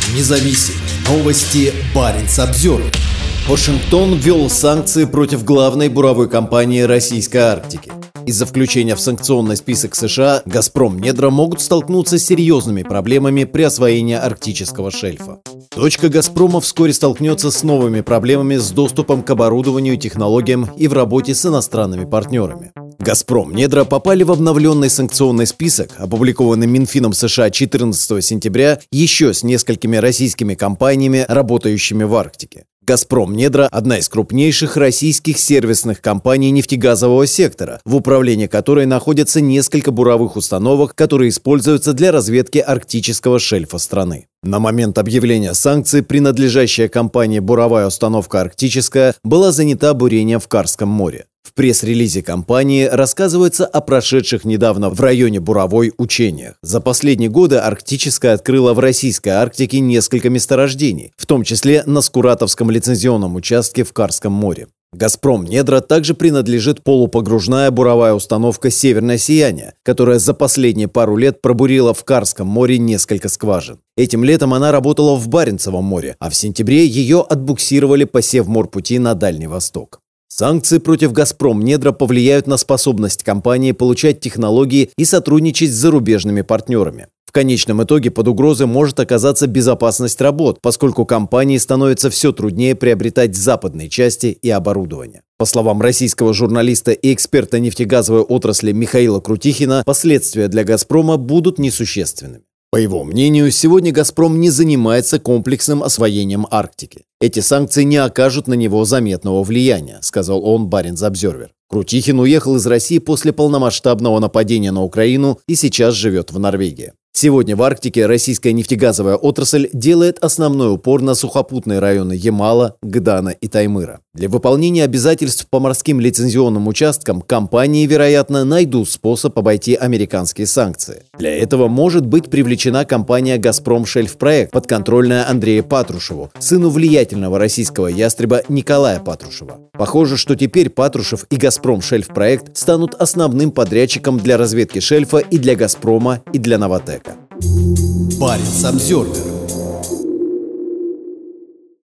Независимые новости. Баренц-Обзервер. Вашингтон ввел санкции против главной буровой компании российской Арктики. Из-за включения в санкционный список США «Газпром Недра» могут столкнуться с серьезными проблемами при освоении арктического шельфа. Дочка «Газпрома» вскоре столкнется с новыми проблемами с доступом к оборудованию и технологиям и в работе с иностранными партнерами. «Газпром Недра» попали в обновленный санкционный список, опубликованный Минфином США 14 сентября, еще с несколькими российскими компаниями, работающими в Арктике. «Газпром Недра» – одна из крупнейших российских сервисных компаний нефтегазового сектора, в управлении которой находятся несколько буровых установок, которые используются для разведки арктического шельфа страны. На момент объявления санкций принадлежащая компании буровая установка «Арктическая» была занята бурением в Карском море. В пресс-релизе компании рассказывается о прошедших недавно в районе буровой учениях. За последние годы «Арктическая» открыла в российской Арктике несколько месторождений, в том числе на Скуратовском лицензионном участке в Карском море. «Газпром Недра» также принадлежит полупогружная буровая установка «Северное сияние», которая за последние пару лет пробурила в Карском море несколько скважин. Этим летом она работала в Баренцевом море, а в сентябре ее отбуксировали по Севморпути на Дальний Восток. Санкции против «Газпром Недра» повлияют на способность компании получать технологии и сотрудничать с зарубежными партнерами. В конечном итоге под угрозой может оказаться безопасность работ, поскольку компании становится все труднее приобретать западные части и оборудование. По словам российского журналиста и эксперта нефтегазовой отрасли Михаила Крутихина, последствия для «Газпрома» будут несущественными. По его мнению, сегодня «Газпром» не занимается комплексным освоением Арктики. Эти санкции не окажут на него заметного влияния, сказал он Баренц-Обзервер. Крутихин уехал из России после полномасштабного нападения на Украину и сейчас живет в Норвегии. Сегодня в Арктике российская нефтегазовая отрасль делает основной упор на сухопутные районы Ямала, Гдана и Таймыра. Для выполнения обязательств по морским лицензионным участкам компании, вероятно, найдут способ обойти американские санкции. Для этого может быть привлечена компания «Газпром Шельф-Проект», подконтрольная Андрею Патрушеву, сыну влиятельного российского ястреба Николая Патрушева. Похоже, что теперь Патрушев и «Газпром Шельф-Проект» станут основным подрядчиком для разведки шельфа и для «Газпрома», и для «Новатэка». Баренц-Обзервер.